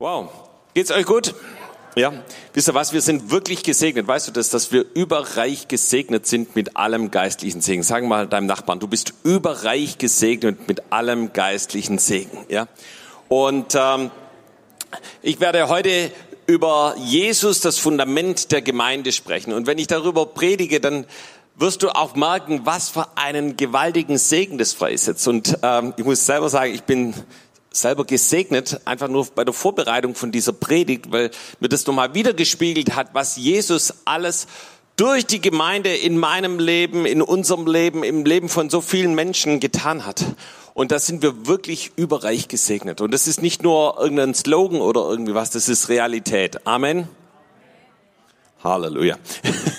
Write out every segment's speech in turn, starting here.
Wow, geht's euch gut? Ja, wisst ihr was, wir sind wirklich gesegnet. Weißt du das, dass wir überreich gesegnet sind mit allem geistlichen Segen? Sag mal deinem Nachbarn, du bist überreich gesegnet mit allem geistlichen Segen. Ja. Und ich werde heute über Jesus, das Fundament der Gemeinde, sprechen. Und wenn ich darüber predige, dann wirst du auch merken, was für einen gewaltigen Segen das freisetzt. Und ich muss selber sagen, ich bin selber gesegnet, einfach nur bei der Vorbereitung von dieser Predigt, weil mir das nochmal wiedergespiegelt hat, was Jesus alles durch die Gemeinde in meinem Leben, in unserem Leben, im Leben von so vielen Menschen getan hat. Und da sind wir wirklich überreich gesegnet. Und das ist nicht nur irgendein Slogan oder irgendwie was, das ist Realität. Amen. Halleluja.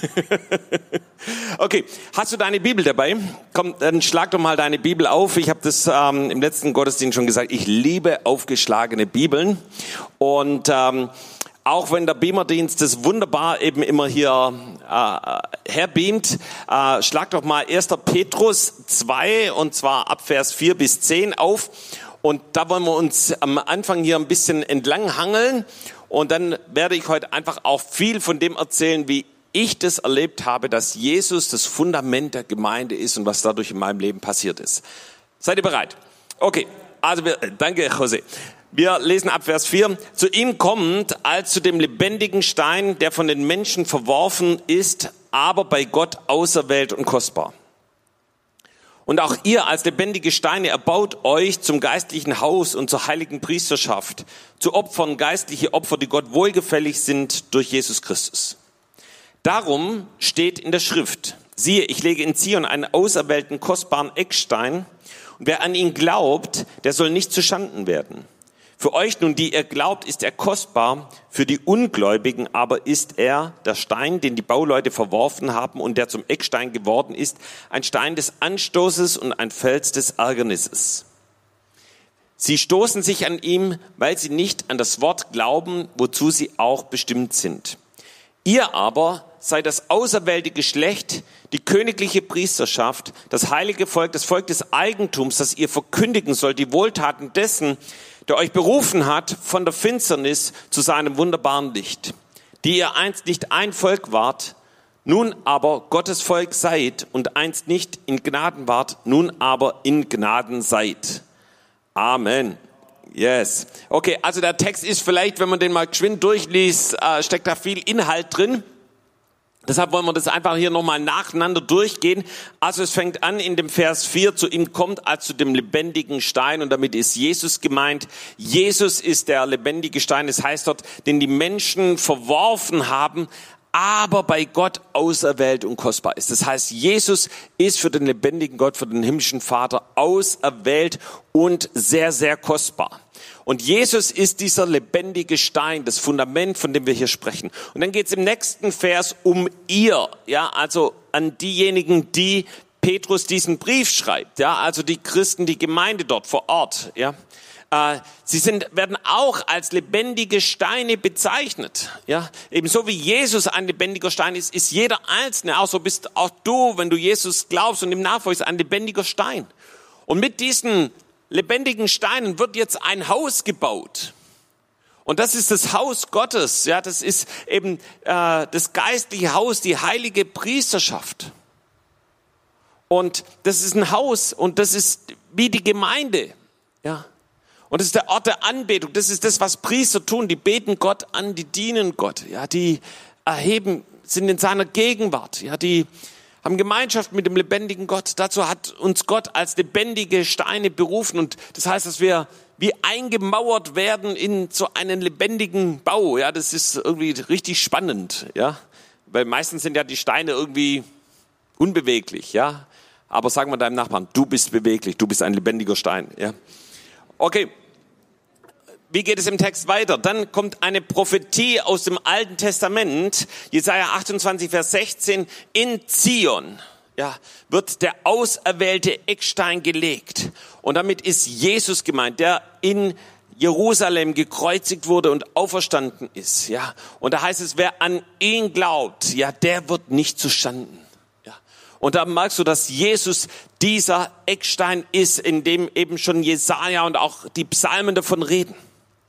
Okay, hast du deine Bibel dabei? Komm, dann schlag doch mal deine Bibel auf. Ich habe das im letzten Gottesdienst schon gesagt, ich liebe aufgeschlagene Bibeln. Und auch wenn der Beamerdienst das wunderbar eben immer hier herbeamt, schlag doch mal 1. Petrus 2 und zwar ab Vers 4 bis 10 auf. Und da wollen wir uns am Anfang hier ein bisschen entlang hangeln. Und dann werde ich heute einfach auch viel von dem erzählen, wie ich das erlebt habe, dass Jesus das Fundament der Gemeinde ist und was dadurch in meinem Leben passiert ist. Seid ihr bereit? Okay, also danke José. Wir lesen ab Vers 4. Zu ihm kommt als zu dem lebendigen Stein, der von den Menschen verworfen ist, aber bei Gott auserwählt und kostbar. Und auch ihr als lebendige Steine erbaut euch zum geistlichen Haus und zur heiligen Priesterschaft, zu Opfern, geistliche Opfer, die Gott wohlgefällig sind durch Jesus Christus. Darum steht in der Schrift, siehe, ich lege in Zion einen auserwählten, kostbaren Eckstein, und wer an ihn glaubt, der soll nicht zuschanden werden. Für euch nun, die ihr glaubt, ist er kostbar, für die Ungläubigen aber ist er der Stein, den die Bauleute verworfen haben und der zum Eckstein geworden ist, ein Stein des Anstoßes und ein Fels des Ärgernisses. Sie stoßen sich an ihm, weil sie nicht an das Wort glauben, wozu sie auch bestimmt sind. Ihr aber seid das auserwählte Geschlecht, die königliche Priesterschaft, das heilige Volk, das Volk des Eigentums, das ihr verkündigen sollt, die Wohltaten dessen, der euch berufen hat von der Finsternis zu seinem wunderbaren Licht, die ihr einst nicht ein Volk wart, nun aber Gottes Volk seid und einst nicht in Gnaden wart, nun aber in Gnaden seid. Amen. Yes. Okay, also der Text ist vielleicht, wenn man den mal geschwind durchliest, steckt da viel Inhalt drin. Deshalb wollen wir das einfach hier nochmal nacheinander durchgehen. Also es fängt an in dem Vers 4, zu ihm kommt als zu dem lebendigen Stein und damit ist Jesus gemeint. Jesus ist der lebendige Stein, das heißt dort, den die Menschen verworfen haben, aber bei Gott auserwählt und kostbar ist. Das heißt, Jesus ist für den lebendigen Gott, für den himmlischen Vater auserwählt und sehr, sehr kostbar. Und Jesus ist dieser lebendige Stein, das Fundament, von dem wir hier sprechen. Und dann geht es im nächsten Vers um ihr, ja, also an diejenigen, die Petrus diesen Brief schreibt, ja, also die Christen, die Gemeinde dort vor Ort, ja. Sie werden auch als lebendige Steine bezeichnet, ja. Ebenso wie Jesus ein lebendiger Stein ist, ist jeder Einzelne, auch so bist auch du, wenn du Jesus glaubst und ihm nachfolgst, ein lebendiger Stein. Und mit diesen lebendigen Steinen wird jetzt ein Haus gebaut. Und das ist das Haus Gottes, ja, das ist eben das geistliche Haus, die heilige Priesterschaft. Und das ist ein Haus und das ist wie die Gemeinde, ja. Und das ist der Ort der Anbetung, das ist das, was Priester tun, die beten Gott an, die dienen Gott, ja, die sind in seiner Gegenwart, ja, die haben Gemeinschaft mit dem lebendigen Gott. Dazu hat uns Gott als lebendige Steine berufen und das heißt, dass wir wie eingemauert werden in so einen lebendigen Bau, ja, das ist irgendwie richtig spannend, ja, weil meistens sind ja die Steine irgendwie unbeweglich, ja, aber sagen wir deinem Nachbarn, du bist beweglich, du bist ein lebendiger Stein, ja. Okay, wie geht es im Text weiter? Dann kommt eine Prophetie aus dem Alten Testament, Jesaja 28, Vers 16, in Zion, ja, wird der auserwählte Eckstein gelegt. Und damit ist Jesus gemeint, der in Jerusalem gekreuzigt wurde und auferstanden ist, ja. Und da heißt es, wer an ihn glaubt, ja, der wird nicht zuschanden. Und da merkst du, dass Jesus dieser Eckstein ist, in dem eben schon Jesaja und auch die Psalmen davon reden.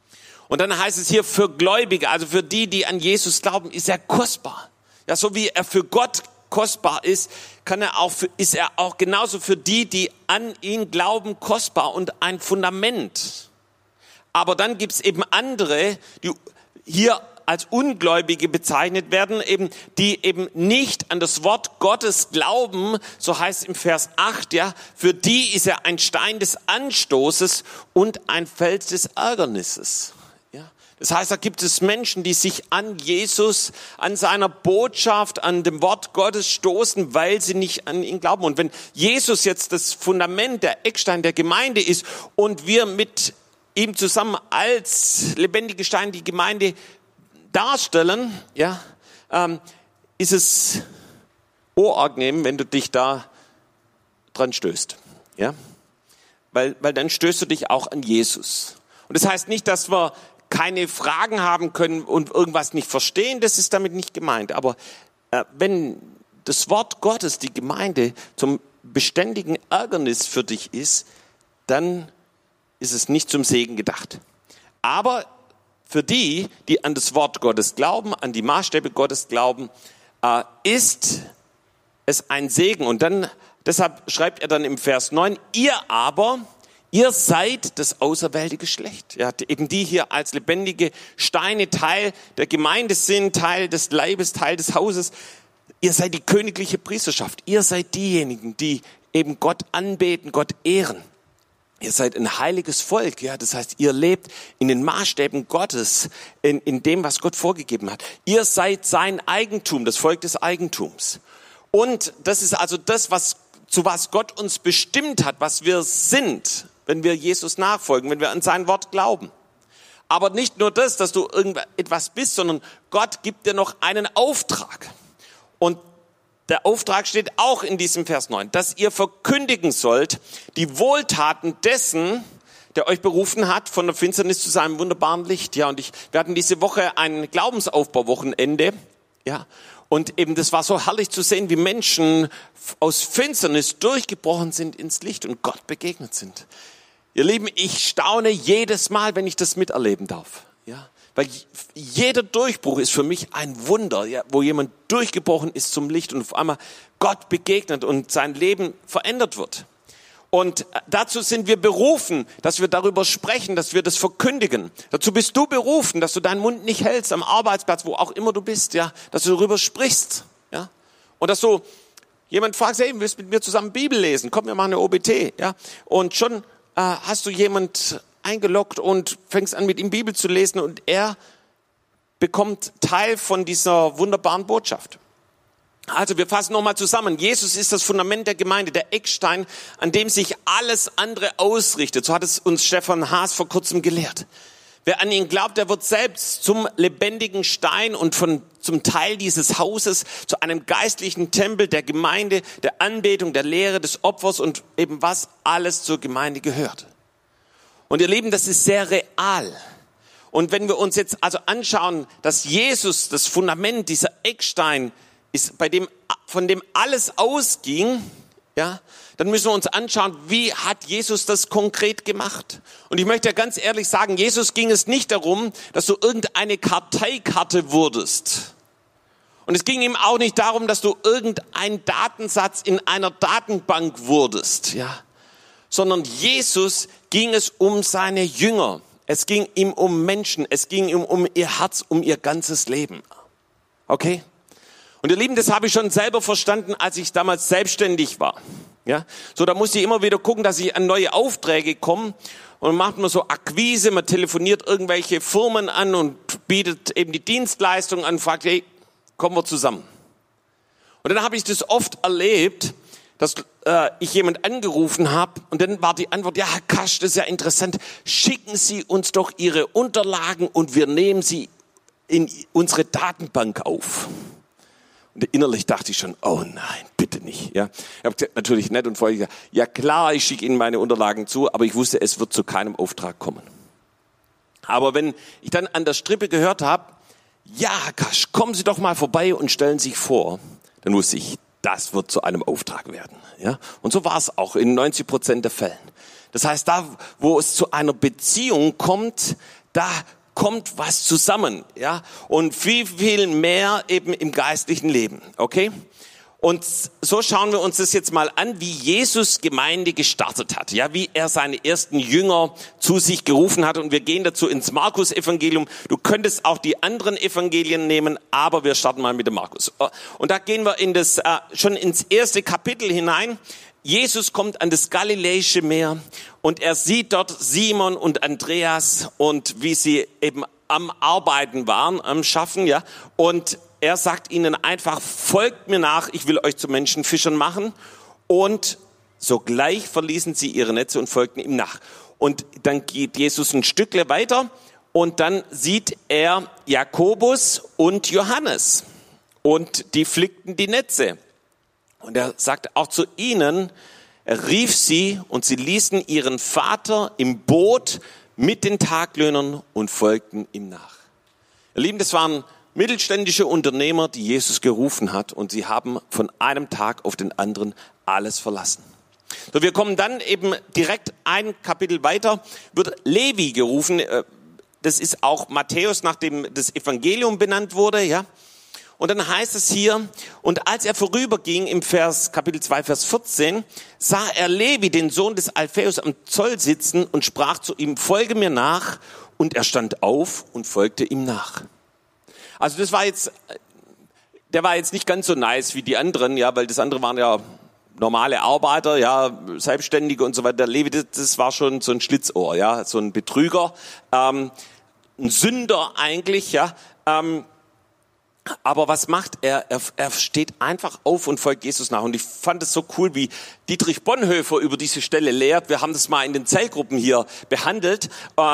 Und dann heißt es hier für Gläubige, also für die, die an Jesus glauben, ist er kostbar. Ja, so wie er für Gott kostbar ist, ist er auch genauso für die, die an ihn glauben, kostbar und ein Fundament. Aber dann gibt's eben andere, die hier als Ungläubige bezeichnet werden, eben, die eben nicht an das Wort Gottes glauben, so heißt es im Vers 8, ja, für die ist er ein Stein des Anstoßes und ein Fels des Ärgernisses. Das heißt, da gibt es Menschen, die sich an Jesus, an seiner Botschaft, an dem Wort Gottes stoßen, weil sie nicht an ihn glauben. Und wenn Jesus jetzt das Fundament, der Eckstein der Gemeinde ist und wir mit ihm zusammen als lebendige Steine die Gemeinde darstellen, ja, ist es unangenehm, wenn du dich da dran stößt. Ja? Weil dann stößt du dich auch an Jesus. Und das heißt nicht, dass wir keine Fragen haben können und irgendwas nicht verstehen, das ist damit nicht gemeint. Aber wenn das Wort Gottes, die Gemeinde, zum beständigen Ärgernis für dich ist, dann ist es nicht zum Segen gedacht. Aber für die, die an das Wort Gottes glauben, an die Maßstäbe Gottes glauben, ist es ein Segen. Und dann, deshalb schreibt er dann im Vers 9, ihr seid das auserwählte Geschlecht. Ja, eben die hier als lebendige Steine Teil der Gemeinde sind, Teil des Leibes, Teil des Hauses. Ihr seid die königliche Priesterschaft. Ihr seid diejenigen, die eben Gott anbeten, Gott ehren. Ihr seid ein heiliges Volk. Ja, das heißt, ihr lebt in den Maßstäben Gottes, in dem, was Gott vorgegeben hat. Ihr seid sein Eigentum, das Volk des Eigentums. Und das ist also das, zu was Gott uns bestimmt hat, was wir sind, wenn wir Jesus nachfolgen, wenn wir an sein Wort glauben. Aber nicht nur das, dass du irgendetwas bist, sondern Gott gibt dir noch einen Auftrag. Und der Auftrag steht auch in diesem Vers 9, dass ihr verkündigen sollt die Wohltaten dessen, der euch berufen hat, von der Finsternis zu seinem wunderbaren Licht. Ja, und wir hatten diese Woche ein Glaubensaufbauwochenende. Ja, und eben das war so herrlich zu sehen, wie Menschen aus Finsternis durchgebrochen sind ins Licht und Gott begegnet sind. Ihr Lieben, ich staune jedes Mal, wenn ich das miterleben darf. Ja, weil jeder Durchbruch ist für mich ein Wunder, ja, wo jemand durchgebrochen ist zum Licht und auf einmal Gott begegnet und sein Leben verändert wird. Und dazu sind wir berufen, dass wir darüber sprechen, dass wir das verkündigen. Dazu bist du berufen, dass du deinen Mund nicht hältst am Arbeitsplatz, wo auch immer du bist, ja, dass du darüber sprichst, ja, und dass du jemand fragst, hey, willst du mit mir zusammen Bibel lesen? Komm, wir machen eine OBT, ja, und schon hast du jemand eingeloggt und fängst an, mit ihm Bibel zu lesen und er bekommt Teil von dieser wunderbaren Botschaft. Also wir fassen nochmal zusammen. Jesus ist das Fundament der Gemeinde, der Eckstein, an dem sich alles andere ausrichtet. So hat es uns Stefan Haas vor kurzem gelehrt. Wer an ihn glaubt, der wird selbst zum lebendigen Stein und zum Teil dieses Hauses, zu einem geistlichen Tempel der Gemeinde, der Anbetung, der Lehre, des Opfers und eben was alles zur Gemeinde gehört. Und ihr Lieben, das ist sehr real. Und wenn wir uns jetzt also anschauen, dass Jesus das Fundament, dieser Eckstein ist, von dem alles ausging, ja, dann müssen wir uns anschauen, wie hat Jesus das konkret gemacht? Und ich möchte ja ganz ehrlich sagen, Jesus ging es nicht darum, dass du irgendeine Karteikarte wurdest. Und es ging ihm auch nicht darum, dass du irgendein Datensatz in einer Datenbank wurdest, ja. Sondern Jesus ging es um seine Jünger. Es ging ihm um Menschen. Es ging ihm um ihr Herz, um ihr ganzes Leben. Okay? Und ihr Lieben, das habe ich schon selber verstanden, als ich damals selbstständig war. Ja, so da musste ich immer wieder gucken, dass ich an neue Aufträge komme. Und dann macht man so Akquise, man telefoniert irgendwelche Firmen an und bietet eben die Dienstleistung an und fragt, hey, kommen wir zusammen. Und dann habe ich das oft erlebt, dass ich jemand angerufen habe und dann war die Antwort, ja, Herr Kasch, das ist ja interessant, schicken Sie uns doch Ihre Unterlagen und wir nehmen sie in unsere Datenbank auf. Und innerlich dachte ich schon, oh nein, bitte nicht. Ja, ich habe gesagt, natürlich nett und freundlich gesagt, ja klar, ich schicke Ihnen meine Unterlagen zu, aber ich wusste, es wird zu keinem Auftrag kommen. Aber wenn ich dann an der Strippe gehört habe, ja, Herr Kasch, kommen Sie doch mal vorbei und stellen sich vor, dann wusste ich, das wird zu einem Auftrag werden. Ja? Und so war es auch in 90% der Fällen. Das heißt, da, wo es zu einer Beziehung kommt, da kommt was zusammen, ja, und viel mehr eben im geistlichen Leben, okay? Und so schauen wir uns das jetzt mal an, wie Jesus Gemeinde gestartet hat, ja, wie er seine ersten Jünger zu sich gerufen hat. Und wir gehen dazu ins Markus-Evangelium. Du könntest auch die anderen Evangelien nehmen, aber wir starten mal mit dem Markus. Und da gehen wir schon ins erste Kapitel hinein. Jesus kommt an das Galiläische Meer und er sieht dort Simon und Andreas und wie sie eben am Arbeiten waren, am Schaffen, ja, und er sagt ihnen einfach, folgt mir nach, ich will euch zu Menschenfischern machen. Und sogleich verließen sie ihre Netze und folgten ihm nach. Und dann geht Jesus ein Stückle weiter und dann sieht er Jakobus und Johannes. Und die flickten die Netze. Und er sagt auch zu ihnen, er rief sie und sie ließen ihren Vater im Boot mit den Taglöhnern und folgten ihm nach. Ihr Lieben, das waren mittelständische Unternehmer, die Jesus gerufen hat, und sie haben von einem Tag auf den anderen alles verlassen. So, wir kommen dann eben direkt ein Kapitel weiter, wird Levi gerufen. Das ist auch Matthäus, nachdem das Evangelium benannt wurde, ja. Und dann heißt es hier, und als er vorüberging im Kapitel 2, Vers 14, sah er Levi, den Sohn des Alphaeus, am Zoll sitzen und sprach zu ihm, folge mir nach. Und er stand auf und folgte ihm nach. Also der war jetzt nicht ganz so nice wie die anderen, ja, weil das andere waren ja normale Arbeiter, ja, Selbstständige und so weiter. Der Levi, das war schon so ein Schlitzohr, ja, so ein Betrüger, ein Sünder eigentlich, ja. Aber was macht er? Er steht einfach auf und folgt Jesus nach. Und ich fand es so cool, wie Dietrich Bonhoeffer über diese Stelle lehrt. Wir haben das mal in den Zellgruppen hier behandelt.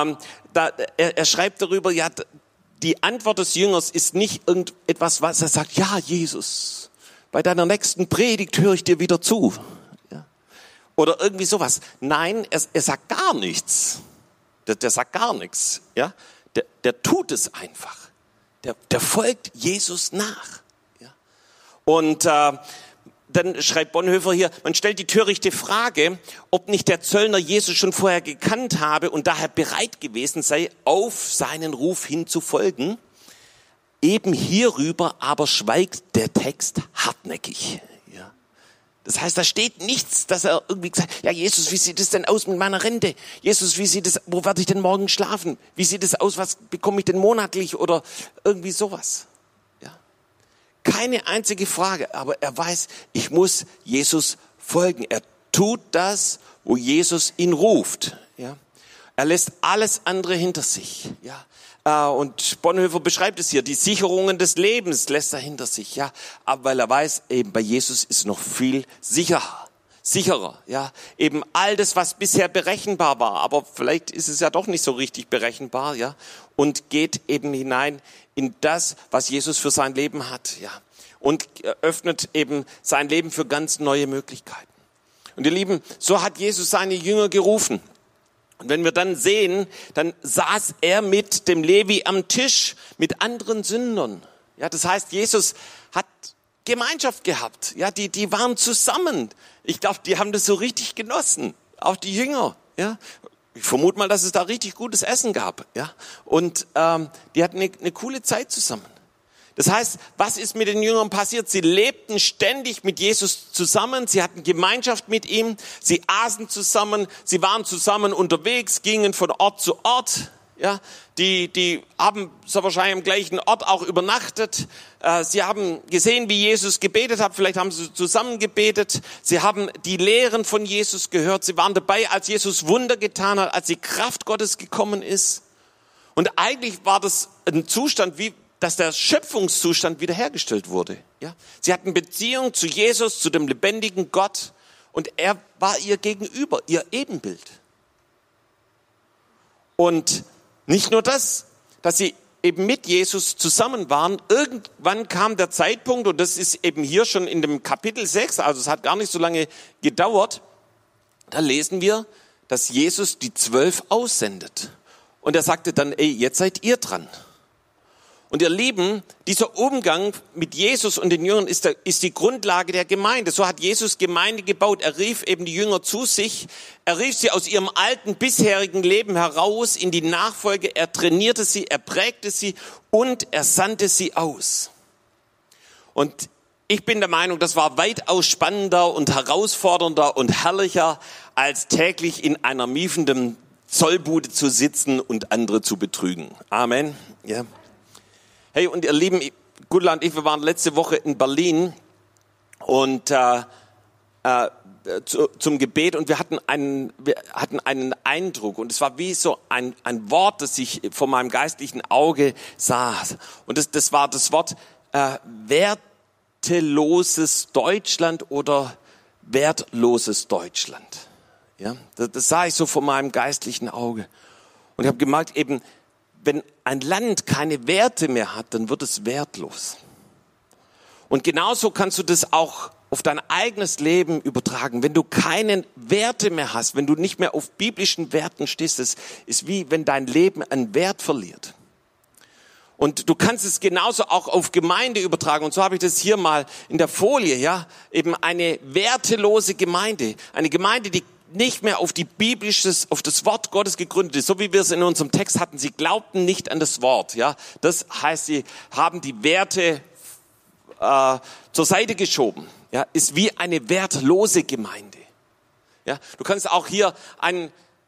Er schreibt darüber, ja, die Antwort des Jüngers ist nicht irgendetwas, was er sagt, ja, Jesus, bei deiner nächsten Predigt höre ich dir wieder zu. Ja. Oder irgendwie sowas. Nein, er sagt gar nichts. Der sagt gar nichts. Ja. Der tut es einfach. Der folgt Jesus nach. Ja. Und dann schreibt Bonhoeffer hier, man stellt die törichte Frage, ob nicht der Zöllner Jesus schon vorher gekannt habe und daher bereit gewesen sei, auf seinen Ruf hin zu folgen. Eben hierüber aber schweigt der Text hartnäckig. Ja. Das heißt, da steht nichts, dass er irgendwie gesagt hat, ja Jesus, wie sieht es denn aus mit meiner Rente? Jesus, wie sieht es, wo werde ich denn morgen schlafen? Wie sieht es aus, was bekomme ich denn monatlich oder irgendwie sowas? Keine einzige Frage, aber er weiß, ich muss Jesus folgen. Er tut das, wo Jesus ihn ruft. Ja. Er lässt alles andere hinter sich. Ja. Und Bonhoeffer beschreibt es hier, die Sicherungen des Lebens lässt er hinter sich. Ja. Aber weil er weiß, eben bei Jesus ist noch viel sicherer. Ja. Eben all das, was bisher berechenbar war, aber vielleicht ist es ja doch nicht so richtig berechenbar. Ja. Und geht eben hinein in das, was Jesus für sein Leben hat, ja. Und öffnet eben sein Leben für ganz neue Möglichkeiten. Und ihr Lieben, so hat Jesus seine Jünger gerufen. Und wenn wir dann sehen, dann saß er mit dem Levi am Tisch, mit anderen Sündern. Ja, das heißt, Jesus hat Gemeinschaft gehabt. Ja, die waren zusammen. Ich glaube, die haben das so richtig genossen. Auch die Jünger, ja. Ich vermute mal, dass es da richtig gutes Essen gab, ja. Und die hatten eine coole Zeit zusammen. Das heißt, was ist mit den Jüngern passiert? Sie lebten ständig mit Jesus zusammen, sie hatten Gemeinschaft mit ihm, sie aßen zusammen, sie waren zusammen unterwegs, gingen von Ort zu Ort. Ja, die haben so wahrscheinlich am gleichen Ort auch übernachtet. Sie haben gesehen, wie Jesus gebetet hat. Vielleicht haben sie zusammen gebetet. Sie haben die Lehren von Jesus gehört. Sie waren dabei, als Jesus Wunder getan hat, als die Kraft Gottes gekommen ist. Und eigentlich war das ein Zustand, wie dass der Schöpfungszustand wiederhergestellt wurde. Ja, sie hatten Beziehung zu Jesus, zu dem lebendigen Gott, und er war ihr Gegenüber, ihr Ebenbild. Und nicht nur das, dass sie eben mit Jesus zusammen waren, irgendwann kam der Zeitpunkt, und das ist eben hier schon in dem Kapitel 6, also es hat gar nicht so lange gedauert, da lesen wir, dass Jesus die 12 aussendet. Und er sagte dann, ey, jetzt seid ihr dran. Und ihr Lieben, dieser Umgang mit Jesus und den Jüngern ist die Grundlage der Gemeinde. So hat Jesus Gemeinde gebaut. Er rief eben die Jünger zu sich. Er rief sie aus ihrem alten, bisherigen Leben heraus in die Nachfolge. Er trainierte sie, er prägte sie und er sandte sie aus. Und ich bin der Meinung, das war weitaus spannender und herausfordernder und herrlicher, als täglich in einer miefenden Zollbude zu sitzen und andere zu betrügen. Amen. Ja. Hey, und ihr Lieben, Gudla und ich, wir waren letzte Woche in Berlin und zum Gebet und wir hatten einen Eindruck und es war wie so ein Wort, das ich vor meinem geistlichen Auge sah. Und das war das Wort werteloses Deutschland oder wertloses Deutschland. Ja, das sah ich so vor meinem geistlichen Auge. Und ich habe gemerkt, eben, wenn ein Land keine Werte mehr hat, dann wird es wertlos. Und genauso kannst du das auch auf dein eigenes Leben übertragen. Wenn du keine Werte mehr hast, wenn du nicht mehr auf biblischen Werten stehst, das ist wie wenn dein Leben an Wert verliert. Und du kannst es genauso auch auf Gemeinde übertragen. Und so habe ich das hier mal in der Folie, ja, eben eine wertelose Gemeinde. Eine Gemeinde, die nicht mehr auf auf das Wort Gottes gegründet ist, so wie wir es in unserem Text hatten. Sie glaubten nicht an das Wort, ja. Das heißt, sie haben die Werte zur Seite geschoben. Ja, ist wie eine wertlose Gemeinde. Ja, du kannst auch hier ein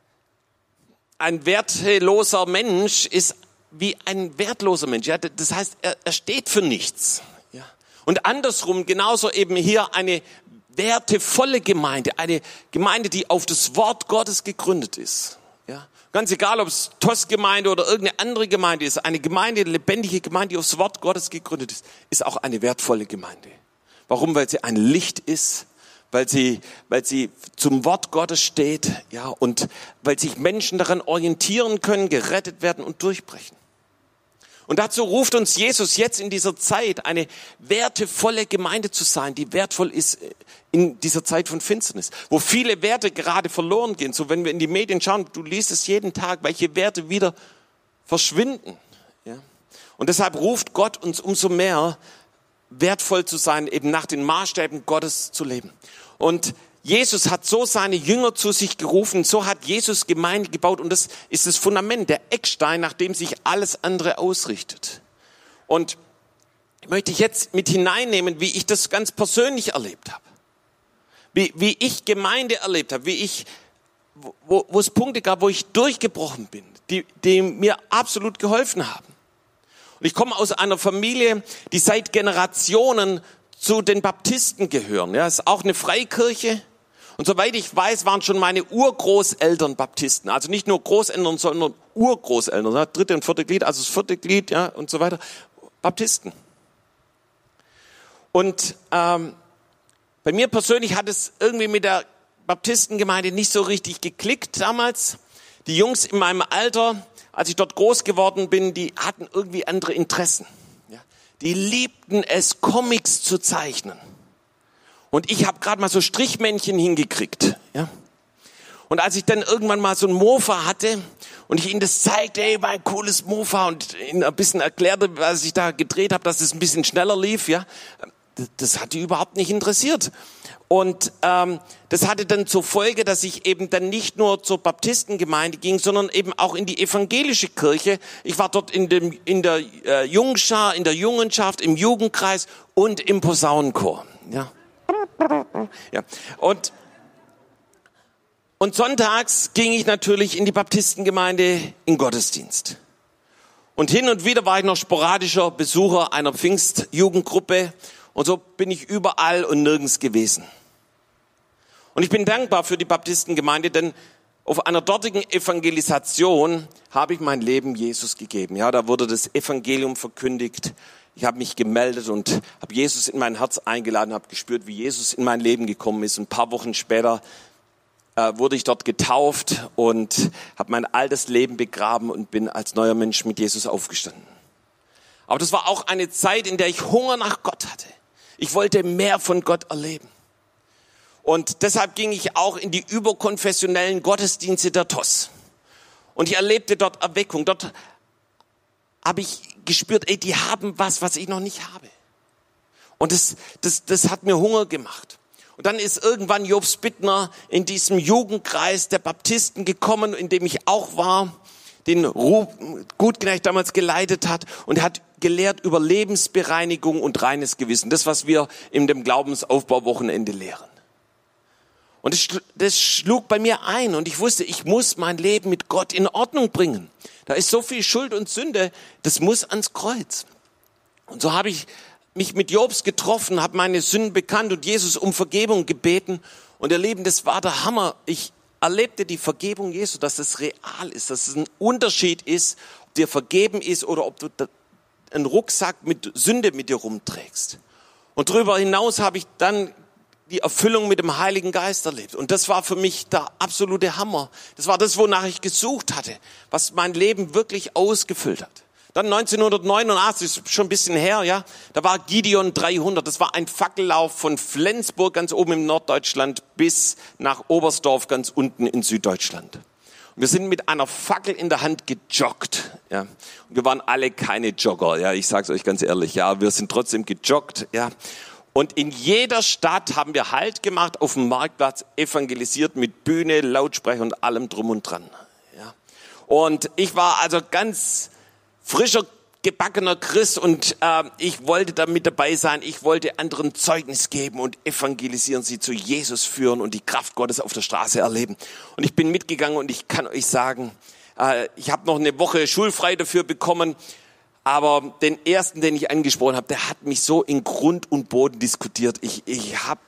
wertloser Mensch ist wie ein wertloser Mensch. Ja, das heißt, er steht für nichts. Ja. Und andersrum genauso eben hier eine wertevolle Gemeinde, eine Gemeinde, die auf das Wort Gottes gegründet ist. Ja, ganz egal, ob es TOS-Gemeinde oder irgendeine andere Gemeinde ist, eine Gemeinde, eine lebendige Gemeinde, die aufs Wort Gottes gegründet ist auch eine wertvolle Gemeinde. Warum? Weil sie ein Licht ist, weil sie zum Wort Gottes steht, ja, und weil sich Menschen daran orientieren können, gerettet werden und durchbrechen. Und dazu ruft uns Jesus jetzt in dieser Zeit, eine wertevolle Gemeinde zu sein, die wertvoll ist in dieser Zeit von Finsternis, wo viele Werte gerade verloren gehen. So, wenn wir in die Medien schauen, du liest es jeden Tag, welche Werte wieder verschwinden. Ja? Und deshalb ruft Gott uns umso mehr, wertvoll zu sein, eben nach den Maßstäben Gottes zu leben. Und Jesus hat so seine Jünger zu sich gerufen, so hat Jesus Gemeinde gebaut und das ist das Fundament, der Eckstein, nach dem sich alles andere ausrichtet. Und ich möchte dich jetzt mit hineinnehmen, wie ich das ganz persönlich erlebt habe. Wie ich Gemeinde erlebt habe, wo es Punkte gab, wo ich durchgebrochen bin, die mir absolut geholfen haben. Und ich komme aus einer Familie, die seit Generationen zu den Baptisten gehören. Ja, ist auch eine Freikirche. Und soweit ich weiß, waren schon meine Urgroßeltern Baptisten. Also nicht nur Großeltern, sondern Urgroßeltern. Ja, dritte und vierte Glied, also das vierte Glied, ja, und so weiter. Baptisten. Und bei mir persönlich hat es irgendwie mit der Baptistengemeinde nicht so richtig geklickt damals. Die Jungs in meinem Alter, als ich dort groß geworden bin, die hatten irgendwie andere Interessen. Ja, die liebten es, Comics zu zeichnen. Und ich habe gerade mal so Strichmännchen hingekriegt. Ja. Und als ich dann irgendwann mal so ein Mofa hatte und ich ihnen das zeigte, ey, mein cooles Mofa und ihnen ein bisschen erklärte, was ich da gedreht habe, dass es ein bisschen schneller lief, ja, das hat die überhaupt nicht interessiert. Und das hatte dann zur Folge, dass ich eben dann nicht nur zur Baptistengemeinde ging, sondern eben auch in die evangelische Kirche. Ich war dort in der Jungschar, in der Jungenschaft, im Jugendkreis und im Posaunenchor. Ja. Ja. Und sonntags ging ich natürlich in die Baptistengemeinde in Gottesdienst. Und hin und wieder war ich noch sporadischer Besucher einer Pfingstjugendgruppe. Und so bin ich überall und nirgends gewesen. Und ich bin dankbar für die Baptistengemeinde, denn auf einer dortigen Evangelisation habe ich mein Leben Jesus gegeben. Ja, da wurde das Evangelium verkündigt. Ich habe mich gemeldet und habe Jesus in mein Herz eingeladen, habe gespürt, wie Jesus in mein Leben gekommen ist. Und ein paar Wochen später wurde ich dort getauft und habe mein altes Leben begraben und bin als neuer Mensch mit Jesus aufgestanden. Aber das war auch eine Zeit, in der ich Hunger nach Gott hatte. Ich wollte mehr von Gott erleben. Und deshalb ging ich auch in die überkonfessionellen Gottesdienste der TOS. Und ich erlebte dort Erweckung. Dort habe ich gespürt, ey, die haben was ich noch nicht habe. Und das hat mir Hunger gemacht. Und dann ist irgendwann Jobs Bittner in diesem Jugendkreis der Baptisten gekommen, in dem ich auch war, den Gutknecht damals geleitet hat, und er hat gelehrt über Lebensbereinigung und reines Gewissen. Das, was wir in dem Glaubensaufbauwochenende lehren. Und das schlug bei mir ein und ich wusste, ich muss mein Leben mit Gott in Ordnung bringen. Da ist so viel Schuld und Sünde, das muss ans Kreuz. Und so habe ich mich mit Jobs getroffen, habe meine Sünden bekannt und Jesus um Vergebung gebeten. Und ihr Lieben, das war der Hammer. Ich erlebte die Vergebung Jesu, dass es real ist, dass es ein Unterschied ist, ob dir vergeben ist oder ob du einen Rucksack mit Sünde mit dir rumträgst. Und darüber hinaus habe ich dann die Erfüllung mit dem Heiligen Geist erlebt. Und das war für mich der absolute Hammer. Das war das, wonach ich gesucht hatte, was mein Leben wirklich ausgefüllt hat. Dann 1989, ist schon ein bisschen her, ja, da war Gideon 300. Das war ein Fackellauf von Flensburg, ganz oben im Norddeutschland, bis nach Oberstdorf, ganz unten in Süddeutschland. Und wir sind mit einer Fackel in der Hand gejoggt, ja. Und wir waren alle keine Jogger, ja, ich sag's euch ganz ehrlich, ja, wir sind trotzdem gejoggt, ja. Und in jeder Stadt haben wir Halt gemacht, auf dem Marktplatz evangelisiert mit Bühne, Lautsprecher und allem drum und dran, ja. Und ich war also ganz frischer, gebackener Christ und ich wollte da mit dabei sein. Ich wollte anderen Zeugnis geben und evangelisieren, sie zu Jesus führen und die Kraft Gottes auf der Straße erleben. Und ich bin mitgegangen und ich kann euch sagen, ich habe noch eine Woche schulfrei dafür bekommen, aber den ersten, den ich angesprochen habe, der hat mich so in Grund und Boden diskutiert. Ich habe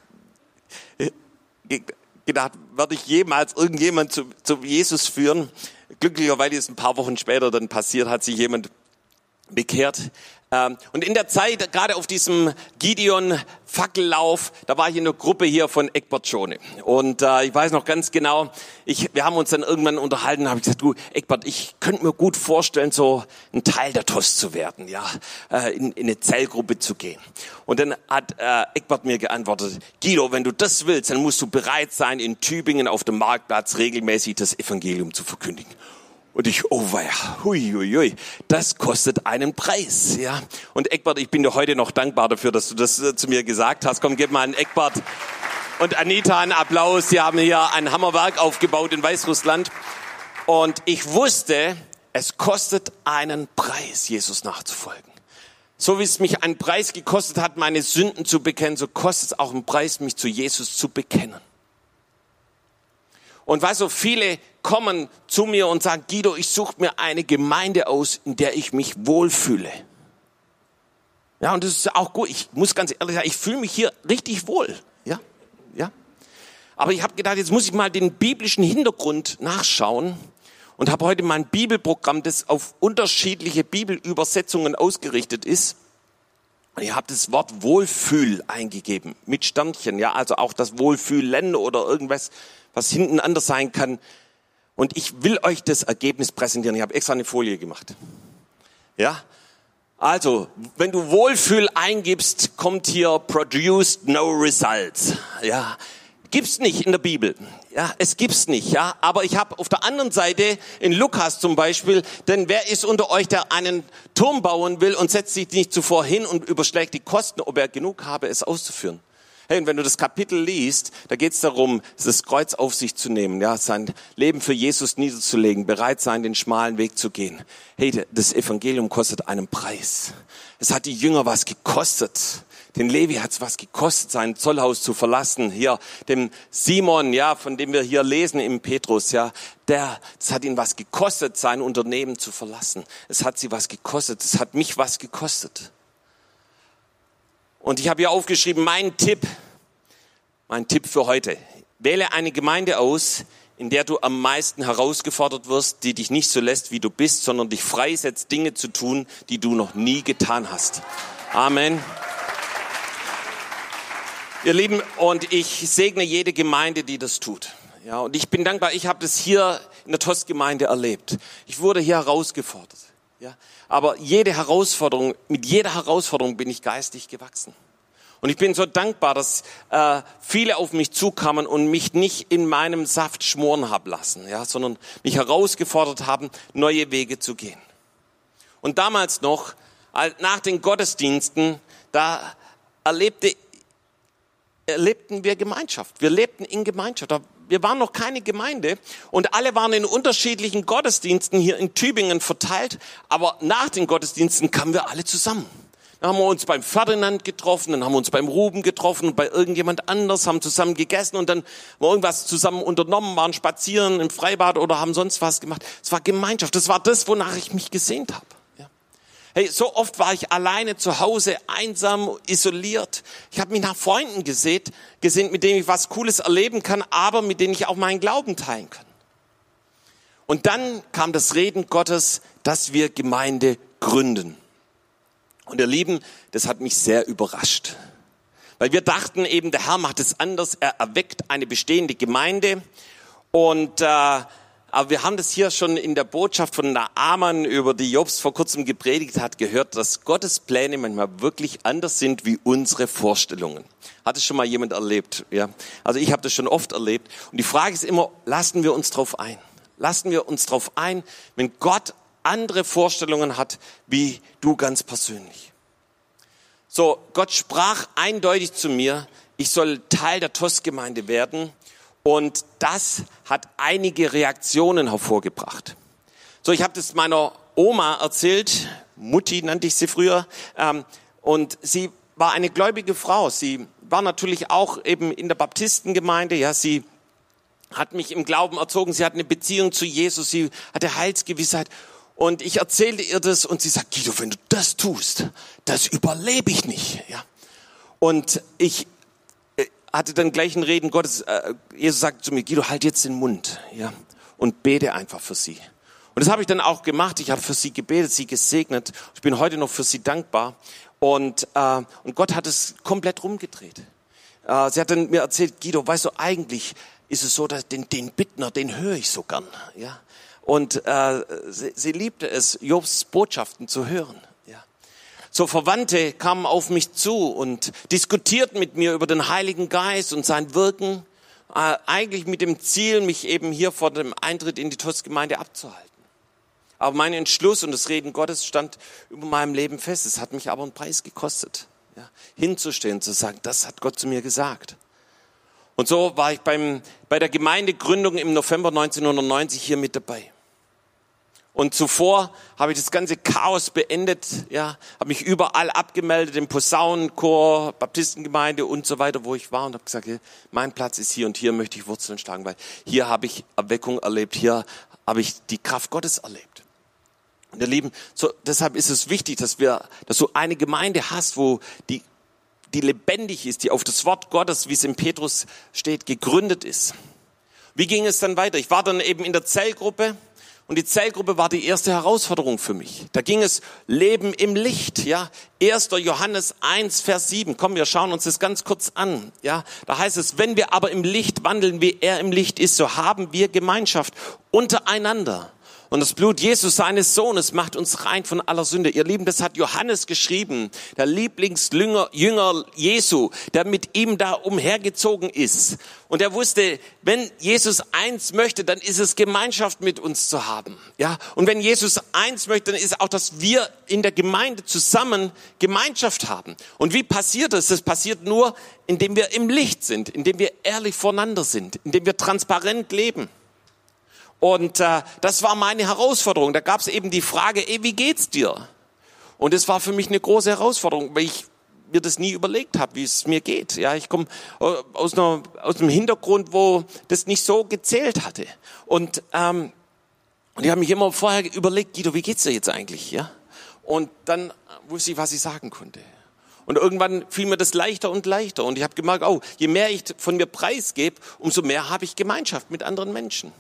gedacht, werde ich jemals irgendjemand zu Jesus führen? Glücklicherweise ist ein paar Wochen später dann passiert, hat sich jemand bekehrt. Und in der Zeit, gerade auf diesem Gideon-Fackellauf, da war ich in einer Gruppe hier von Egbert Schone. Und ich weiß noch ganz genau, wir haben uns dann irgendwann unterhalten, da habe ich gesagt, du Egbert, ich könnte mir gut vorstellen, so ein Teil der TOS zu werden, ja, in eine Zellgruppe zu gehen. Und dann hat Egbert mir geantwortet, Guido, wenn du das willst, dann musst du bereit sein, in Tübingen auf dem Marktplatz regelmäßig das Evangelium zu verkündigen. Und ich, oh weia, hui, das kostet einen Preis, ja. Und Egbert, ich bin dir heute noch dankbar dafür, dass du das zu mir gesagt hast. Komm, gib mal an Egbert und Anita einen Applaus. Sie haben hier ein Hammerwerk aufgebaut in Weißrussland. Und ich wusste, es kostet einen Preis, Jesus nachzufolgen. So wie es mich einen Preis gekostet hat, meine Sünden zu bekennen, so kostet es auch einen Preis, mich zu Jesus zu bekennen. Und weil so viele kommen zu mir und sagen, Guido, ich suche mir eine Gemeinde aus, in der ich mich wohlfühle. Ja, und das ist auch gut. Ich muss ganz ehrlich sagen, ich fühle mich hier richtig wohl. Ja. Aber ich habe gedacht, jetzt muss ich mal den biblischen Hintergrund nachschauen und habe heute mein Bibelprogramm, das auf unterschiedliche Bibelübersetzungen ausgerichtet ist. Und ich habe das Wort Wohlfühl eingegeben mit Sternchen, ja, also auch das Wohlfühlen oder irgendwas, was hinten anders sein kann. Und ich will euch das Ergebnis präsentieren. Ich habe extra eine Folie gemacht. Ja, also, wenn du Wohlfühl eingibst, kommt hier produced no results. Ja, gibt's nicht in der Bibel. Ja, es gibt's nicht. Ja, aber ich habe auf der anderen Seite in Lukas zum Beispiel, denn wer ist unter euch, der einen Turm bauen will und setzt sich nicht zuvor hin und überschlägt die Kosten, ob er genug habe, es auszuführen? Hey, und wenn du das Kapitel liest, da geht es darum, das Kreuz auf sich zu nehmen, ja, sein Leben für Jesus niederzulegen, bereit sein, den schmalen Weg zu gehen. Hey, das Evangelium kostet einen Preis. Es hat die Jünger was gekostet. Den Levi hat es was gekostet, sein Zollhaus zu verlassen. Hier, dem Simon, ja, von dem wir hier lesen im Petrus, ja, es hat ihn was gekostet, sein Unternehmen zu verlassen. Es hat sie was gekostet. Es hat mich was gekostet. Und ich habe hier aufgeschrieben, mein Tipp für heute. Wähle eine Gemeinde aus, in der du am meisten herausgefordert wirst, die dich nicht so lässt, wie du bist, sondern dich freisetzt, Dinge zu tun, die du noch nie getan hast. Amen. Ihr Lieben, und ich segne jede Gemeinde, die das tut. Ja, und ich bin dankbar, ich habe das hier in der TOS-Gemeinde erlebt. Ich wurde hier herausgefordert. Ja, aber mit jeder Herausforderung bin ich geistig gewachsen. Und ich bin so dankbar, dass viele auf mich zukamen und mich nicht in meinem Saft schmoren haben lassen, ja, sondern mich herausgefordert haben, neue Wege zu gehen. Und damals noch nach den Gottesdiensten, da erlebten wir Gemeinschaft. Wir lebten in Gemeinschaft. Wir waren noch keine Gemeinde und alle waren in unterschiedlichen Gottesdiensten hier in Tübingen verteilt. Aber nach den Gottesdiensten kamen wir alle zusammen. Dann haben wir uns beim Ferdinand getroffen, dann haben wir uns beim Ruben getroffen und bei irgendjemand anders, haben zusammen gegessen und dann haben wir irgendwas zusammen unternommen, waren spazieren im Freibad oder haben sonst was gemacht. Es war Gemeinschaft, das war das, wonach ich mich gesehnt habe. Hey, so oft war ich alleine zu Hause, einsam, isoliert. Ich habe mich nach Freunden gesehnt, mit denen ich was Cooles erleben kann, aber mit denen ich auch meinen Glauben teilen kann. Und dann kam das Reden Gottes, dass wir Gemeinde gründen. Und ihr Lieben, das hat mich sehr überrascht. Weil wir dachten eben, der Herr macht es anders, er erweckt eine bestehende Gemeinde und aber wir haben das hier schon in der Botschaft von Naaman, über die Jobs vor kurzem gepredigt hat, gehört, dass Gottes Pläne manchmal wirklich anders sind wie unsere Vorstellungen. Hat es schon mal jemand erlebt? Ja. Also ich habe das schon oft erlebt. Und die Frage ist immer, lassen wir uns drauf ein? Lassen wir uns drauf ein, wenn Gott andere Vorstellungen hat, wie du ganz persönlich? So, Gott sprach eindeutig zu mir, ich soll Teil der TOS-Gemeinde werden. Und das hat einige Reaktionen hervorgebracht. So, ich habe das meiner Oma erzählt, Mutti nannte ich sie früher, und sie war eine gläubige Frau. Sie war natürlich auch eben in der Baptistengemeinde, ja, sie hat mich im Glauben erzogen, sie hat eine Beziehung zu Jesus, sie hatte Heilsgewissheit. Und ich erzählte ihr das und sie sagt, Guido, wenn du das tust, das überlebe ich nicht. Ja. Und ich hatte dann gleich ein Reden Gottes. Jesus sagte zu mir, Guido, halt jetzt den Mund, ja, und bete einfach für sie. Und das habe ich dann auch gemacht. Ich habe für sie gebetet, sie gesegnet. Ich bin heute noch für sie dankbar. Und Gott hat es komplett rumgedreht. Sie hat dann mir erzählt, Guido, weißt du, eigentlich ist es so, dass den Bittner, den höre ich so gern, ja. Und sie liebte es, Jobs Botschaften zu hören. So Verwandte kamen auf mich zu und diskutierten mit mir über den Heiligen Geist und sein Wirken, eigentlich mit dem Ziel, mich eben hier vor dem Eintritt in die TOS-Gemeinde abzuhalten. Aber mein Entschluss und das Reden Gottes stand über meinem Leben fest. Es hat mich aber einen Preis gekostet, ja, hinzustehen, zu sagen, das hat Gott zu mir gesagt. Und so war ich bei der Gemeindegründung im November 1990 hier mit dabei. Und zuvor habe ich das ganze Chaos beendet, ja, habe mich überall abgemeldet, im Posaunenchor, Baptistengemeinde und so weiter, wo ich war und habe gesagt, mein Platz ist hier und hier möchte ich Wurzeln schlagen, weil hier habe ich Erweckung erlebt, hier habe ich die Kraft Gottes erlebt. Und ihr Lieben, so, deshalb ist es wichtig, dass du eine Gemeinde hast, wo die lebendig ist, die auf das Wort Gottes, wie es in Petrus steht, gegründet ist. Wie ging es dann weiter? Ich war dann eben in der Zellgruppe. Und die Zellgruppe war die erste Herausforderung für mich. Da ging es Leben im Licht, ja. 1. Johannes 1, Vers 7. Komm, wir schauen uns das ganz kurz an, ja. Da heißt es, wenn wir aber im Licht wandeln, wie er im Licht ist, so haben wir Gemeinschaft untereinander. Und das Blut Jesus, seines Sohnes, macht uns rein von aller Sünde. Ihr Lieben, das hat Johannes geschrieben, der Lieblingsjünger Jesu, der mit ihm da umhergezogen ist. Und er wusste, wenn Jesus eins möchte, dann ist es Gemeinschaft mit uns zu haben. Ja? Und wenn Jesus eins möchte, dann ist es auch, dass wir in der Gemeinde zusammen Gemeinschaft haben. Und wie passiert das? Das passiert nur, indem wir im Licht sind, indem wir ehrlich voneinander sind, indem wir transparent leben. Und das war meine Herausforderung. Da gab es eben die Frage, wie geht's dir? Und das war für mich eine große Herausforderung, weil ich mir das nie überlegt habe, wie es mir geht. Ja, ich komme aus einem Hintergrund, wo das nicht so gezählt hatte. Und ich habe mich immer vorher überlegt, Guido, wie geht's dir jetzt eigentlich? Ja. Und dann wusste ich, was ich sagen konnte. Und irgendwann fiel mir das leichter und leichter. Und ich habe gemerkt, je mehr ich von mir preisgebe, umso mehr habe ich Gemeinschaft mit anderen Menschen.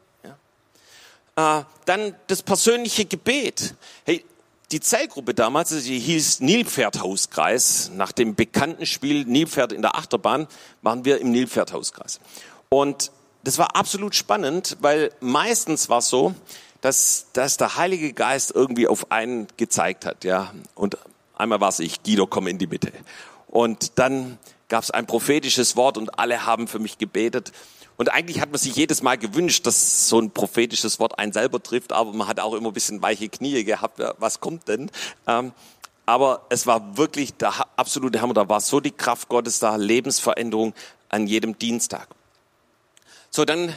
Dann das persönliche Gebet. Hey, die Zellgruppe damals, die hieß Nilpferdhauskreis. Nach dem bekannten Spiel Nilpferd in der Achterbahn waren wir im Nilpferdhauskreis. Und das war absolut spannend, weil meistens war es so, dass der Heilige Geist irgendwie auf einen gezeigt hat. Ja. Und einmal war es ich, Guido, komm in die Mitte. Und dann gab es ein prophetisches Wort und alle haben für mich gebetet. Und eigentlich hat man sich jedes Mal gewünscht, dass so ein prophetisches Wort einen selber trifft, aber man hat auch immer ein bisschen weiche Knie gehabt. Was kommt denn? Aber es war wirklich der absolute Hammer. Da war so die Kraft Gottes da, Lebensveränderung an jedem Dienstag. So, dann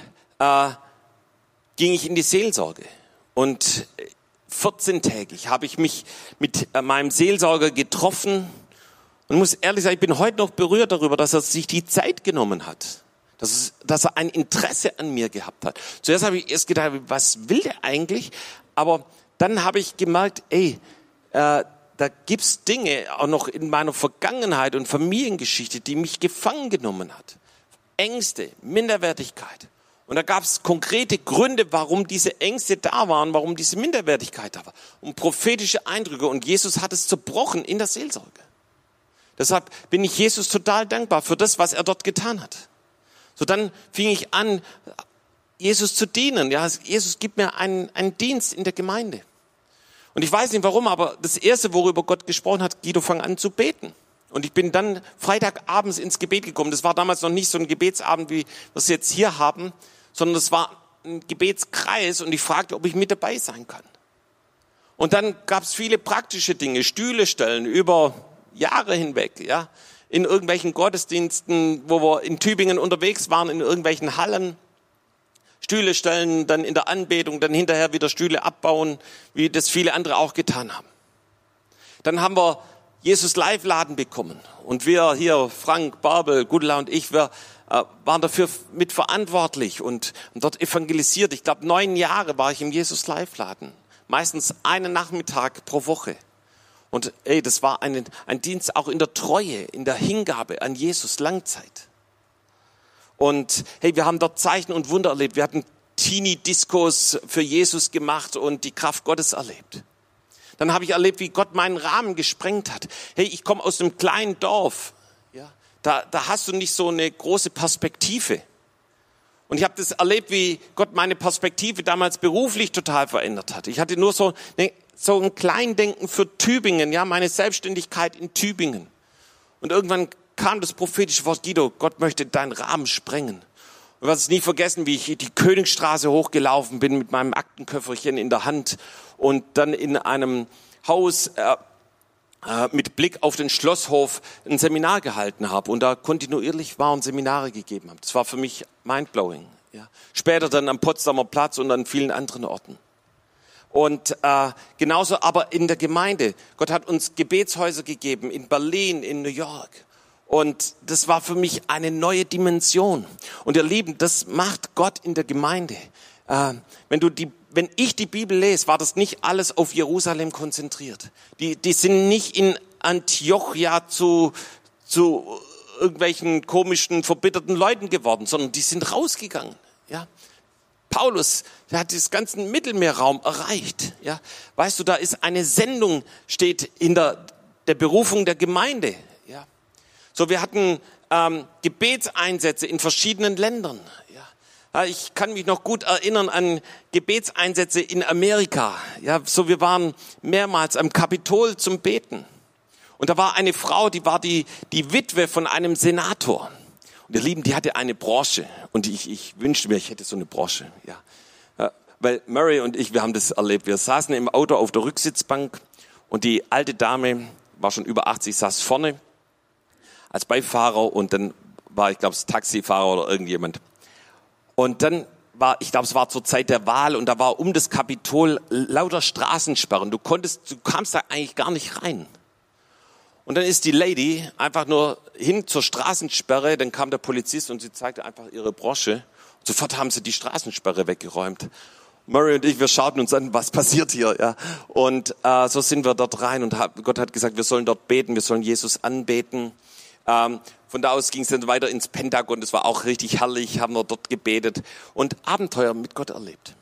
ging ich in die Seelsorge. Und 14-tägig habe ich mich mit meinem Seelsorger getroffen. Und muss ehrlich sagen, ich bin heute noch berührt darüber, dass er sich die Zeit genommen hat. Dass er ein Interesse an mir gehabt hat. Zuerst habe ich erst gedacht, was will der eigentlich? Aber dann habe ich gemerkt, da gibt's Dinge auch noch in meiner Vergangenheit und Familiengeschichte, die mich gefangen genommen hat. Ängste, Minderwertigkeit. Und da gab es konkrete Gründe, warum diese Ängste da waren, warum diese Minderwertigkeit da war. Und prophetische Eindrücke. Und Jesus hat es zerbrochen in der Seelsorge. Deshalb bin ich Jesus total dankbar für das, was er dort getan hat. So, dann fing ich an, Jesus zu dienen. Ja, Jesus gibt mir einen Dienst in der Gemeinde. Und ich weiß nicht warum, aber das Erste, worüber Gott gesprochen hat, Guido, fang an zu beten. Und ich bin dann Freitagabends ins Gebet gekommen. Das war damals noch nicht so ein Gebetsabend, wie wir es jetzt hier haben, sondern es war ein Gebetskreis und ich fragte, ob ich mit dabei sein kann. Und dann gab es viele praktische Dinge, Stühle stellen über Jahre hinweg, ja, in irgendwelchen Gottesdiensten, wo wir in Tübingen unterwegs waren, in irgendwelchen Hallen. Stühle stellen, dann in der Anbetung, dann hinterher wieder Stühle abbauen, wie das viele andere auch getan haben. Dann haben wir Jesus Live-Laden bekommen. Und wir hier, Frank, Barbel, Gudela und ich, wir waren dafür mitverantwortlich und dort evangelisiert. Ich glaube, 9 Jahre war ich im Jesus Live-Laden. Meistens einen Nachmittag pro Woche. Und das war ein Dienst auch in der Treue, in der Hingabe an Jesus, Langzeit. Und wir haben dort Zeichen und Wunder erlebt. Wir hatten Teenie-Diskos für Jesus gemacht und die Kraft Gottes erlebt. Dann habe ich erlebt, wie Gott meinen Rahmen gesprengt hat. Ich komme aus einem kleinen Dorf. Ja, da hast du nicht so eine große Perspektive. Und ich habe das erlebt, wie Gott meine Perspektive damals beruflich total verändert hat. Ich hatte nur so ein Kleindenken für Tübingen, ja, meine Selbstständigkeit in Tübingen. Und irgendwann kam das prophetische Wort, Guido, Gott möchte deinen Rahmen sprengen. Und was ich nie vergessen, wie ich die Königstraße hochgelaufen bin mit meinem Aktenköfferchen in der Hand und dann in einem Haus mit Blick auf den Schlosshof ein Seminar gehalten habe und da kontinuierlich waren Seminare gegeben haben. Das war für mich mindblowing. Ja. Später dann am Potsdamer Platz und an vielen anderen Orten. Und genauso aber in der Gemeinde. Gott hat uns Gebetshäuser gegeben in Berlin, in New York. Und das war für mich eine neue Dimension. Und ihr Lieben, das macht Gott in der Gemeinde. Wenn ich die Bibel lese, war das nicht alles auf Jerusalem konzentriert. Die sind nicht in Antiochia zu irgendwelchen komischen, verbitterten Leuten geworden, sondern die sind rausgegangen. Ja. Paulus, der hat das ganzen Mittelmeerraum erreicht. Ja. Weißt du, da ist eine Sendung, steht in der Berufung der Gemeinde. Ja. So, wir hatten Gebetseinsätze in verschiedenen Ländern. Ja. Ich kann mich noch gut erinnern an Gebetseinsätze in Amerika. Ja, so, wir waren mehrmals am Kapitol zum Beten. Und da war eine Frau, die war die Witwe von einem Senator. Und ihr Lieben, die hatte eine Brosche. Und ich wünschte mir, ich hätte so eine Brosche. Ja. Weil Murray und ich, wir haben das erlebt. Wir saßen im Auto auf der Rücksitzbank und die alte Dame war schon über 80, saß vorne als Beifahrer und dann war, ich glaube, das Taxifahrer oder irgendjemand. Und dann ich glaube, es war zur Zeit der Wahl und da war um das Kapitol lauter Straßensperren. Du kamst da eigentlich gar nicht rein. Und dann ist die Lady einfach nur hin zur Straßensperre, dann kam der Polizist und sie zeigte einfach ihre Brosche. Und sofort haben sie die Straßensperre weggeräumt. Murray und ich, wir schauten uns an, was passiert hier, ja. Und so sind wir dort rein und Gott hat gesagt, wir sollen dort beten, wir sollen Jesus anbeten. Von da aus ging es dann weiter ins Pentagon, das war auch richtig herrlich, haben wir dort gebetet und Abenteuer mit Gott erlebt.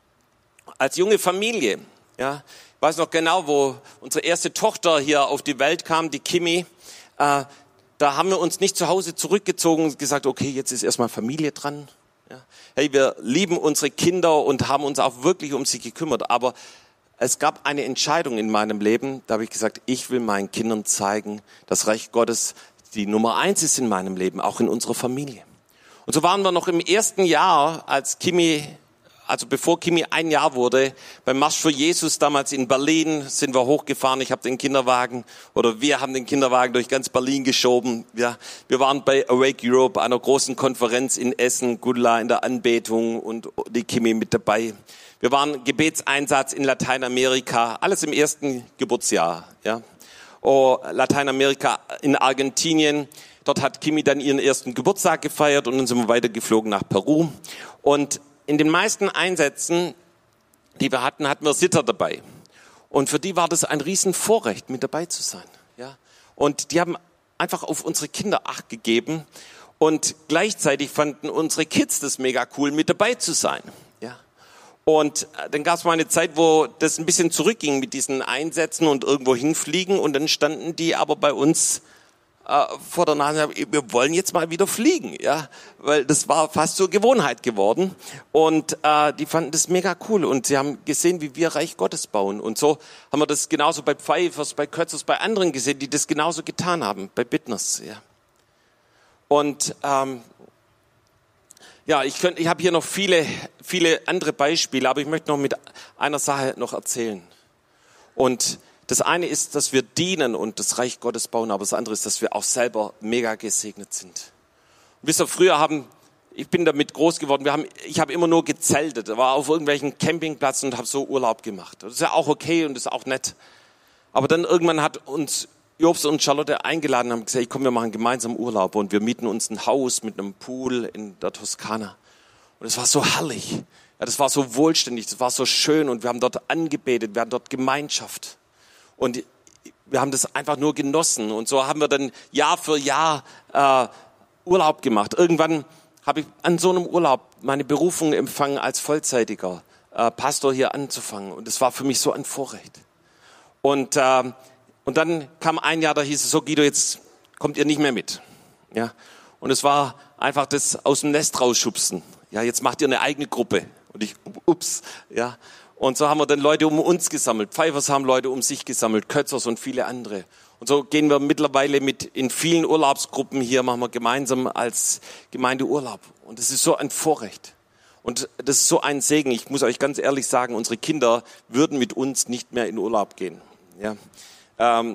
Als junge Familie, ja, ich weiß noch genau, wo unsere erste Tochter hier auf die Welt kam, die Kimi, da haben wir uns nicht zu Hause zurückgezogen und gesagt, okay, jetzt ist erstmal Familie dran. Ja. Hey, wir lieben unsere Kinder und haben uns auch wirklich um sie gekümmert, aber es gab eine Entscheidung in meinem Leben, da habe ich gesagt, ich will meinen Kindern zeigen, das Reich Gottes die Nummer 1 ist in meinem Leben, auch in unserer Familie. Und so waren wir noch im ersten Jahr, als also bevor Kimi 1 Jahr wurde, beim Marsch für Jesus damals in Berlin sind wir hochgefahren. Ich habe den Kinderwagen, oder wir haben den Kinderwagen durch ganz Berlin geschoben. Ja, wir waren bei Awake Europe, einer großen Konferenz in Essen, Gudula in der Anbetung und die Kimi mit dabei. Wir waren Gebetseinsatz in Lateinamerika, alles im ersten Geburtsjahr. Ja, Lateinamerika in Argentinien. Dort hat Kimi dann ihren ersten Geburtstag gefeiert und dann sind wir weitergeflogen nach Peru. Und in den meisten Einsätzen, die wir hatten, hatten wir Sitter dabei. Und für die war das ein Riesenvorrecht, mit dabei zu sein. Ja? Und die haben einfach auf unsere Kinder Acht gegeben. Und gleichzeitig fanden unsere Kids das mega cool, mit dabei zu sein. Ja? Und dann gab es mal eine Zeit, wo das ein bisschen zurückging mit diesen Einsätzen und irgendwo hinfliegen. Und dann standen die aber bei uns vor der Nase, wir wollen jetzt mal wieder fliegen, ja, weil das war fast zur Gewohnheit geworden und die fanden das mega cool und sie haben gesehen, wie wir Reich Gottes bauen und so haben wir das genauso bei Pfeifers, bei Kötzers, bei anderen gesehen, die das genauso getan haben, bei Bittners, ja. Und ja, ich habe hier noch viele andere Beispiele, aber ich möchte noch mit einer Sache noch erzählen. Und das eine ist, dass wir dienen und das Reich Gottes bauen, aber das andere ist, dass wir auch selber mega gesegnet sind. Und wisst ihr, ich bin damit groß geworden, ich habe immer nur gezeltet, war auf irgendwelchen Campingplätzen und habe so Urlaub gemacht. Das ist ja auch okay und ist auch nett. Aber dann irgendwann hat uns Jobs und Charlotte eingeladen und haben gesagt, komm, wir machen gemeinsam Urlaub und wir mieten uns ein Haus mit einem Pool in der Toskana. Und es war so herrlich, ja, das war so wohlständig, das war so schön und wir haben dort angebetet, wir hatten dort Gemeinschaft. Und wir haben das einfach nur genossen. Und so haben wir dann Jahr für Jahr Urlaub gemacht. Irgendwann habe ich an so einem Urlaub meine Berufung empfangen, als vollzeitiger Pastor hier anzufangen. Und das war für mich so ein Vorrecht. Und dann kam ein Jahr, da hieß es so, Guido, jetzt kommt ihr nicht mehr mit. Ja? Und es war einfach das aus dem Nest rausschubsen. Ja, jetzt macht ihr eine eigene Gruppe. Und ich, ups, ja. Und so haben wir dann Leute um uns gesammelt. Pfeifers haben Leute um sich gesammelt, Kötzers und viele andere. Und so gehen wir mittlerweile in vielen Urlaubsgruppen hier, machen wir gemeinsam als Gemeinde Urlaub. Und das ist so ein Vorrecht. Und das ist so ein Segen. Ich muss euch ganz ehrlich sagen, unsere Kinder würden mit uns nicht mehr in Urlaub gehen. Ja.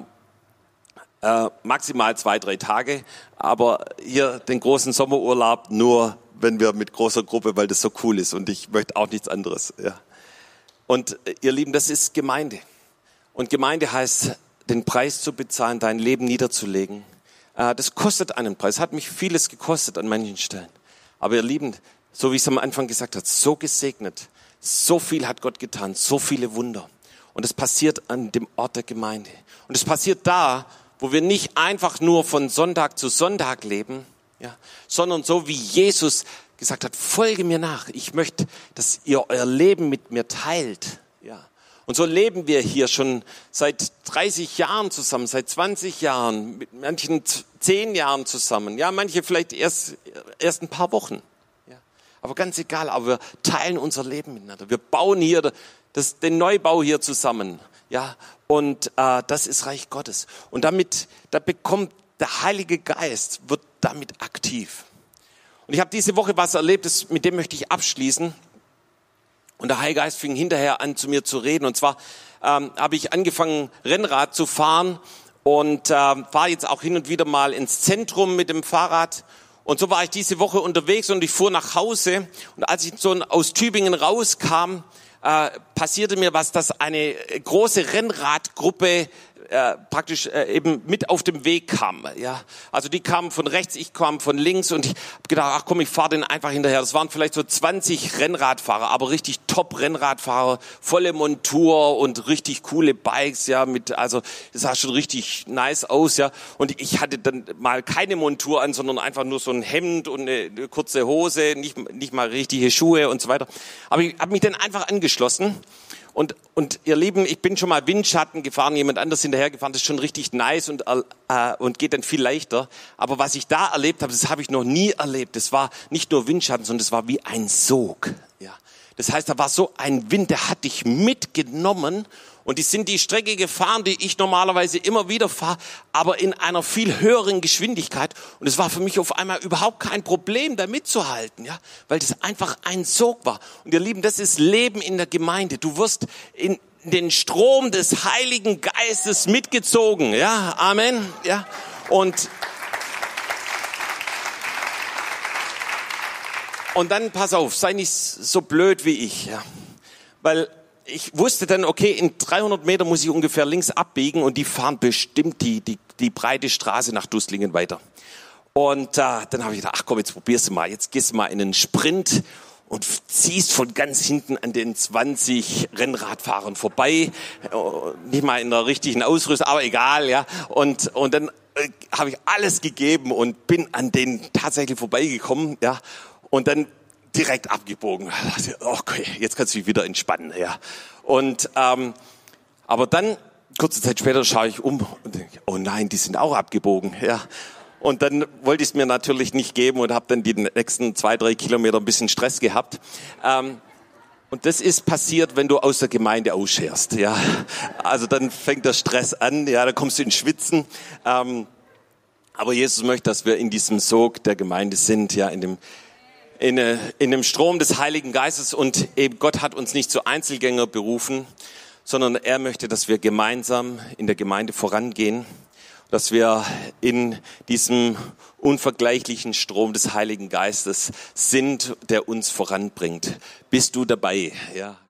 Maximal 2-3 Tage, aber hier den großen Sommerurlaub nur, wenn wir mit großer Gruppe, weil das so cool ist. Und ich möchte auch nichts anderes. Ja. Und ihr Lieben, das ist Gemeinde. Und Gemeinde heißt, den Preis zu bezahlen, dein Leben niederzulegen. Das kostet einen Preis, hat mich vieles gekostet an manchen Stellen. Aber ihr Lieben, so wie ich es am Anfang gesagt habe, so gesegnet, so viel hat Gott getan, so viele Wunder. Und es passiert an dem Ort der Gemeinde. Und es passiert da, wo wir nicht einfach nur von Sonntag zu Sonntag leben, ja, sondern so wie Jesus gesagt hat, folge mir nach. Ich möchte, dass ihr euer Leben mit mir teilt. Ja. Und so leben wir hier schon seit 30 Jahren zusammen, seit 20 Jahren, mit manchen 10 Jahren zusammen. Ja, manche vielleicht erst ein paar Wochen. Ja. Aber ganz egal, aber wir teilen unser Leben miteinander. Wir bauen hier den Neubau hier zusammen. Ja. Und das ist Reich Gottes. Und da bekommt der Heilige Geist, wird damit aktiv. Und ich habe diese Woche was erlebt, mit dem möchte ich abschließen. Und der Heilige Geist fing hinterher an, zu mir zu reden. Und zwar habe ich angefangen, Rennrad zu fahren und fahre jetzt auch hin und wieder mal ins Zentrum mit dem Fahrrad. Und so war ich diese Woche unterwegs und ich fuhr nach Hause. Und als ich so aus Tübingen rauskam, passierte mir was, dass eine große Rennradgruppe praktisch eben mit auf dem Weg kam. Ja, also die kamen von rechts, ich kam von links und ich habe gedacht, ach komm, ich fahre den einfach hinterher. Das waren vielleicht so 20 Rennradfahrer, aber richtig Top-Rennradfahrer, volle Montur und richtig coole Bikes, ja, also das sah schon richtig nice aus, ja. Und ich hatte dann mal keine Montur an, sondern einfach nur so ein Hemd und eine kurze Hose, nicht mal richtige Schuhe und so weiter. Aber ich habe mich dann einfach angeschlossen. Und ihr Lieben, ich bin schon mal Windschatten gefahren, jemand anders hinterher gefahren, das ist schon richtig nice und geht dann viel leichter. Aber was ich da erlebt habe, das habe ich noch nie erlebt. Das war nicht nur Windschatten, sondern das war wie ein Sog. Ja, Das heißt, da war so ein Wind, der hat dich mitgenommen. Und die sind die Strecke gefahren, die ich normalerweise immer wieder fahre, aber in einer viel höheren Geschwindigkeit. Und es war für mich auf einmal überhaupt kein Problem, da mitzuhalten, ja, weil das einfach ein Sog war. Und ihr Lieben, das ist Leben in der Gemeinde. Du wirst in den Strom des Heiligen Geistes mitgezogen, ja, Amen, ja. Und dann pass auf, sei nicht so blöd wie ich, ja, weil ich wusste dann, okay, in 300 Meter muss ich ungefähr links abbiegen und die fahren bestimmt die breite Straße nach Dustlingen weiter. Und dann habe ich gedacht, ach komm, jetzt probierst du mal, jetzt gehst du mal in einen Sprint und ziehst von ganz hinten an den 20 Rennradfahrern vorbei, nicht mal in der richtigen Ausrüstung, aber egal, ja. Und dann habe ich alles gegeben und bin an denen tatsächlich vorbeigekommen, ja. Und dann direkt abgebogen. Okay, jetzt kannst du dich wieder entspannen, ja. Und aber dann kurze Zeit später schaue ich um und denke, oh nein, die sind auch abgebogen, ja. Und dann wollte ich es mir natürlich nicht geben und habe dann die nächsten 2-3 Kilometer ein bisschen Stress gehabt. Und das ist passiert, wenn du aus der Gemeinde ausscherst, ja. Also dann fängt der Stress an, ja, da kommst du ins Schwitzen. Aber Jesus möchte, dass wir in diesem Sog der Gemeinde sind, ja, in dem Strom des Heiligen Geistes. Und eben Gott hat uns nicht zu Einzelgänger berufen, sondern er möchte, dass wir gemeinsam in der Gemeinde vorangehen, dass wir in diesem unvergleichlichen Strom des Heiligen Geistes sind, der uns voranbringt. Bist du dabei? Ja.